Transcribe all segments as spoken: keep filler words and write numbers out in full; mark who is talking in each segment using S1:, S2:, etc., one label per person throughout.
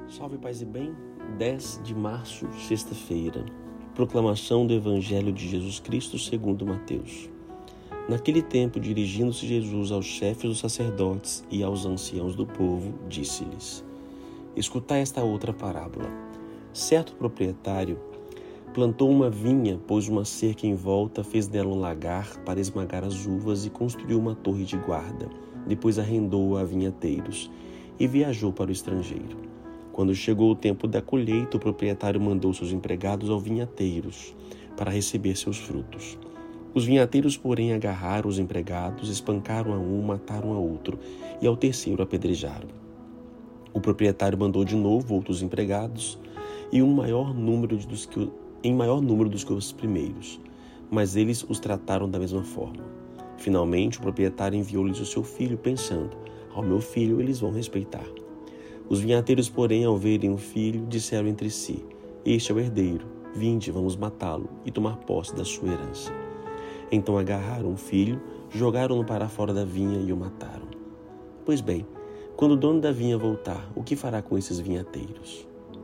S1: Salve, paz e bem, dez de março, sexta-feira. Proclamação do Evangelho de Jesus Cristo segundo Mateus. Naquele tempo, dirigindo-se Jesus aos chefes dos sacerdotes e aos anciãos do povo, disse-lhes: Escutai esta outra parábola. Certo proprietário plantou uma vinha, pôs uma cerca em volta, fez nela um lagar para esmagar as uvas e construiu uma torre de guarda. Depois arrendou-a a vinhateiros e viajou para o estrangeiro. Quando chegou o tempo da colheita, o proprietário mandou seus empregados aos vinhateiros para receber seus frutos. Os vinhateiros, porém, agarraram os empregados, espancaram a um, mataram a outro e ao terceiro apedrejaram. O proprietário mandou de novo outros empregados e um maior número dos que, em maior número dos que os primeiros, mas eles os trataram da mesma forma. Finalmente, o proprietário enviou-lhes o seu filho, pensando: ao meu filho eles vão respeitar. Os vinhateiros, porém, ao verem o filho, disseram entre si: Este é o herdeiro, vinde, vamos matá-lo e tomar posse da sua herança. Então agarraram o filho, jogaram-no para fora da vinha e o mataram. Pois bem, quando o dono da vinha voltar, o que fará com esses vinhateiros?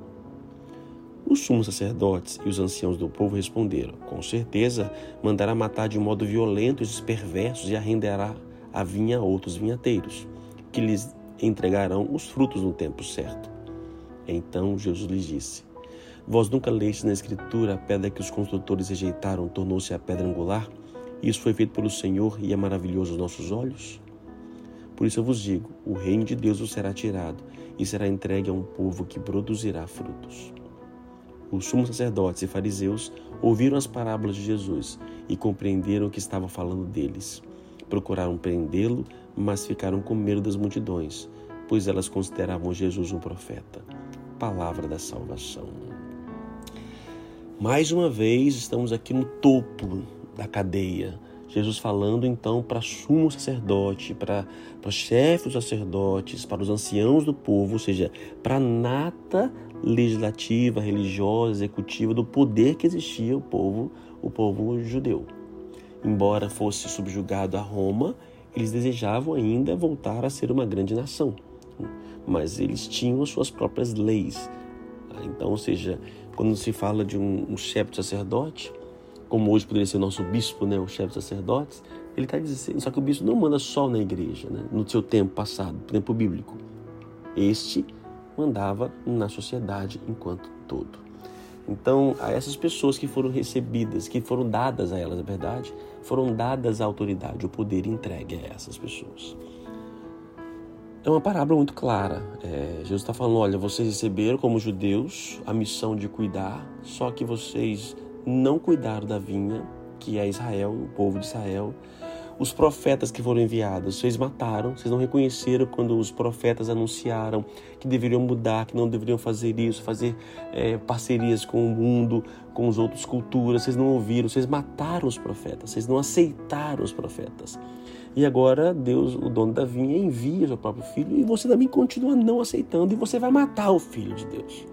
S1: Os sumos sacerdotes e os anciãos do povo responderam: Com certeza mandará matar de modo violento esses perversos e arrendará a vinha a outros vinhateiros, que lhes entregarão os frutos no tempo certo. Então Jesus lhes disse: Vós nunca lestes na Escritura: a pedra que os construtores rejeitaram tornou-se a pedra angular? Isso foi feito pelo Senhor e é maravilhoso aos nossos olhos? Por isso eu vos digo: o reino de Deus vos será tirado e será entregue a um povo que produzirá frutos. Os sumos sacerdotes e fariseus ouviram as parábolas de Jesus e compreenderam o que estava falando deles. Procuraram prendê-lo, mas ficaram com medo das multidões, pois elas consideravam Jesus um profeta. Palavra da salvação. Mais uma vez, estamos aqui no topo da cadeia. Jesus falando então para sumo sacerdote, para, para os chefes dos sacerdotes, para os anciãos do povo, ou seja, para a nata legislativa, religiosa, executiva do poder que existia o povo, o povo judeu. Embora fosse subjugado a Roma, eles desejavam ainda voltar a ser uma grande nação, mas eles tinham as suas próprias leis. Então, ou seja, quando se fala de um, um chefe de sacerdote, como hoje poderia ser o nosso bispo, né, o chefe de sacerdotes, ele está dizendo, só que o bispo não manda só na igreja, né, no seu tempo passado, no tempo bíblico. Este mandava na sociedade enquanto todo. Então, a essas pessoas que foram recebidas, que foram dadas a elas, na verdade, foram dadas a autoridade, o poder entregue a essas pessoas. É uma parábola muito clara. É, Jesus está falando: olha, vocês receberam como judeus a missão de cuidar, só que vocês não cuidaram da vinha, que é Israel, o povo de Israel. Os profetas que foram enviados, vocês mataram, vocês não reconheceram quando os profetas anunciaram que deveriam mudar, que não deveriam fazer isso, fazer é, parcerias com o mundo, com as outras culturas. Vocês não ouviram, vocês mataram os profetas, vocês não aceitaram os profetas. E agora Deus, o dono da vinha, envia o seu próprio filho e você também continua não aceitando e você vai matar o filho de Deus.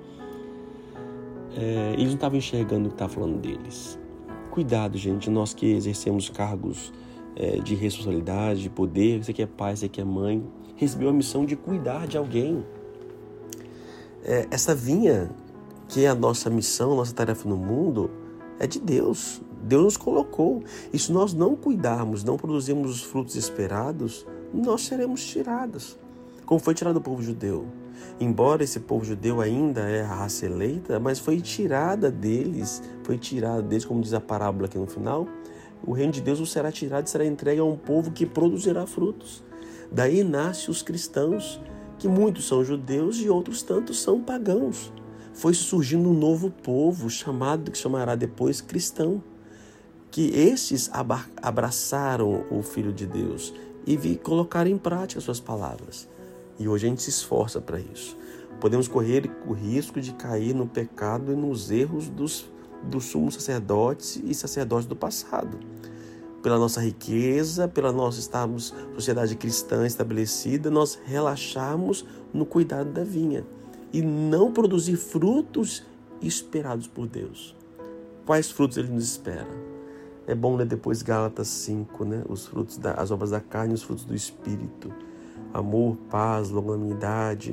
S1: É, eles não estavam enxergando o que estava falando deles. Cuidado, gente, nós que exercemos cargos é, de responsabilidade, de poder, você que é pai, você que é mãe, recebeu a missão de cuidar de alguém. É, essa vinha, que é a nossa missão, a nossa tarefa no mundo, é de Deus. Deus nos colocou. E se nós não cuidarmos, não produzirmos os frutos esperados, nós seremos tirados. Como foi tirado o povo judeu. Embora esse povo judeu ainda é a raça eleita, mas foi tirada deles, foi tirada deles, como diz a parábola aqui no final, o reino de Deus será tirado e será entregue a um povo que produzirá frutos. Daí nascem os cristãos, que muitos são judeus e outros tantos são pagãos. Foi surgindo um novo povo, chamado, que chamará depois cristão, que esses abraçaram o Filho de Deus e colocaram em prática suas palavras. E hoje a gente se esforça para isso. Podemos correr o risco de cair no pecado e nos erros dos, dos sumos sacerdotes e sacerdotes do passado. Pela nossa riqueza, pela nossa estarmos sociedade cristã estabelecida, nós relaxarmos no cuidado da vinha e não produzir frutos esperados por Deus. Quais frutos Ele nos espera? É bom ler depois Gálatas cinco, né? Os frutos, da, as obras da carne e os frutos do Espírito. Amor, paz, longanimidade,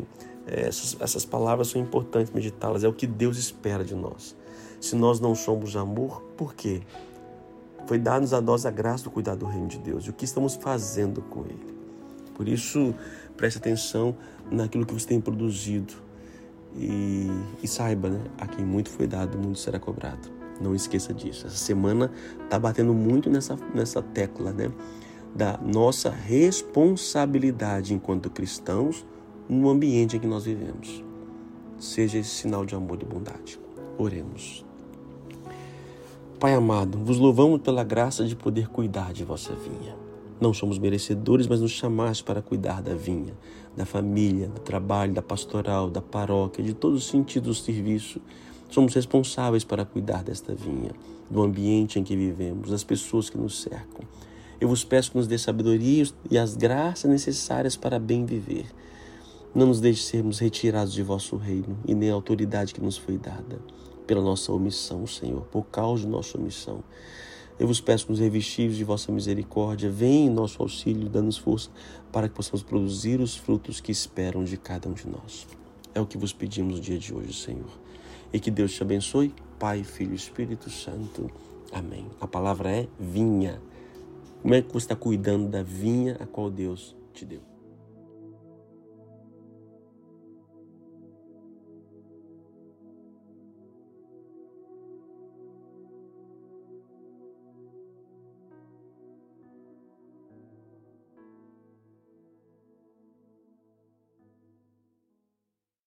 S1: Essas, essas palavras são importantes meditá-las, é o que Deus espera de nós. Se nós não somos amor, por quê? Foi dado-nos a nós a graça do cuidar do reino de Deus. E o que estamos fazendo com ele? Por isso, preste atenção naquilo que você tem produzido. E, e saiba, né? A quem muito foi dado, muito será cobrado. Não esqueça disso. Essa semana está batendo muito nessa, nessa tecla, né? Da nossa responsabilidade enquanto cristãos no ambiente em que nós vivemos. Seja esse sinal de amor e bondade. Oremos. Pai amado, vos louvamos pela graça de poder cuidar de vossa vinha. Não somos merecedores, mas nos chamaste para cuidar da vinha, da família, do trabalho, da pastoral, da paróquia, de todos os sentidos do serviço. Somos responsáveis para cuidar desta vinha, do ambiente em que vivemos, das pessoas que nos cercam. Eu vos peço que nos dê sabedoria e as graças necessárias para bem viver. Não nos deixe sermos retirados de vosso reino e nem a autoridade que nos foi dada pela nossa omissão, Senhor, por causa de nossa omissão. Eu vos peço que nos revestivos de vossa misericórdia, venha em nosso auxílio, dando-nos força para que possamos produzir os frutos que esperam de cada um de nós. É o que vos pedimos no dia de hoje, Senhor. E que Deus te abençoe, Pai, Filho e Espírito Santo. Amém. A palavra é vinha. Como é que você está cuidando da vinha a qual Deus te deu?